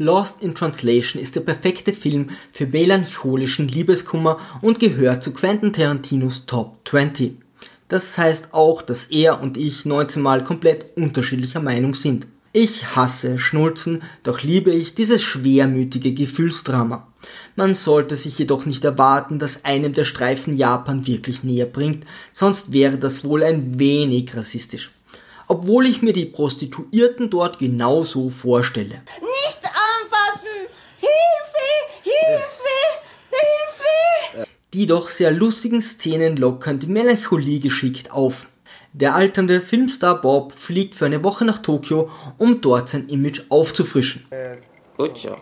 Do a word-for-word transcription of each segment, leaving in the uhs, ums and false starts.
Lost in Translation ist der perfekte Film für melancholischen Liebeskummer und gehört zu Quentin Tarantinos Top zwanzig. Das heißt auch, dass er und ich neunzehn Mal komplett unterschiedlicher Meinung sind. Ich hasse Schnulzen, doch liebe ich dieses schwermütige Gefühlsdrama. Man sollte sich jedoch nicht erwarten, dass einem der Streifen Japan wirklich näher bringt, sonst wäre das wohl ein wenig rassistisch. Obwohl ich mir die Prostituierten dort genauso vorstelle. Nicht anfassen! Hilfe! Hilfe! Hilfe! Die doch sehr lustigen Szenen lockern die Melancholie geschickt auf. Der alternde Filmstar Bob fliegt für eine Woche nach Tokio, um dort sein Image aufzufrischen. Ucho.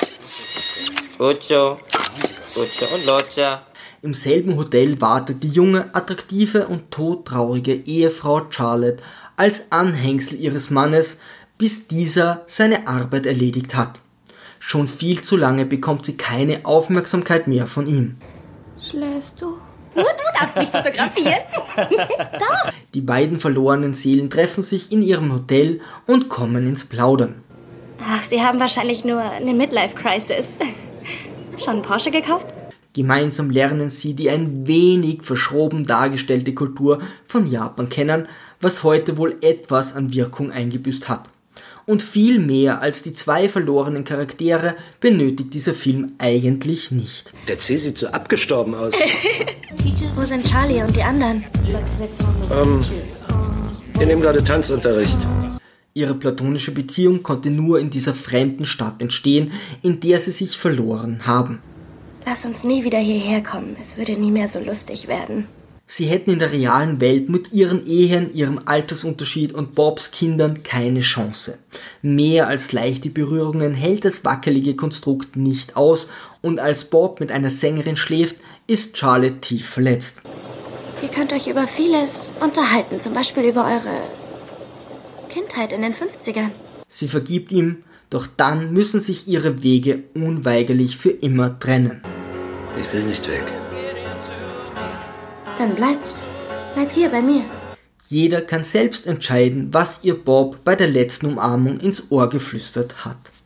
Ucho. Ucho und Locha. Im selben Hotel wartet die junge, attraktive und todtraurige Ehefrau Charlotte als Anhängsel ihres Mannes, bis dieser seine Arbeit erledigt hat. Schon viel zu lange bekommt sie keine Aufmerksamkeit mehr von ihm. Schläfst du? Nur du darfst mich fotografieren. Doch. Die beiden verlorenen Seelen treffen sich in ihrem Hotel und kommen ins Plaudern. Ach, sie haben wahrscheinlich nur eine Midlife-Crisis. Schon einen Porsche gekauft? Gemeinsam lernen sie die ein wenig verschroben dargestellte Kultur von Japan kennen, was heute wohl etwas an Wirkung eingebüßt hat. Und viel mehr als die zwei verlorenen Charaktere benötigt dieser Film eigentlich nicht. Der C sieht so abgestorben aus. Wo sind Charlie und die anderen? ähm, wir nehmen gerade Tanzunterricht. Ihre platonische Beziehung konnte nur in dieser fremden Stadt entstehen, in der sie sich verloren haben. Lass uns nie wieder hierher kommen. Es würde nie mehr so lustig werden. Sie hätten in der realen Welt mit ihren Ehen, ihrem Altersunterschied und Bobs Kindern keine Chance. Mehr als leichte Berührungen hält das wackelige Konstrukt nicht aus und als Bob mit einer Sängerin schläft, ist Charlotte tief verletzt. Ihr könnt euch über vieles unterhalten, zum Beispiel über eure Kindheit in den fünfzigern. Sie vergibt ihm, doch dann müssen sich ihre Wege unweigerlich für immer trennen. Ich will nicht weg. Dann bleib. Bleib hier bei mir. Jeder kann selbst entscheiden, was ihr Bob bei der letzten Umarmung ins Ohr geflüstert hat.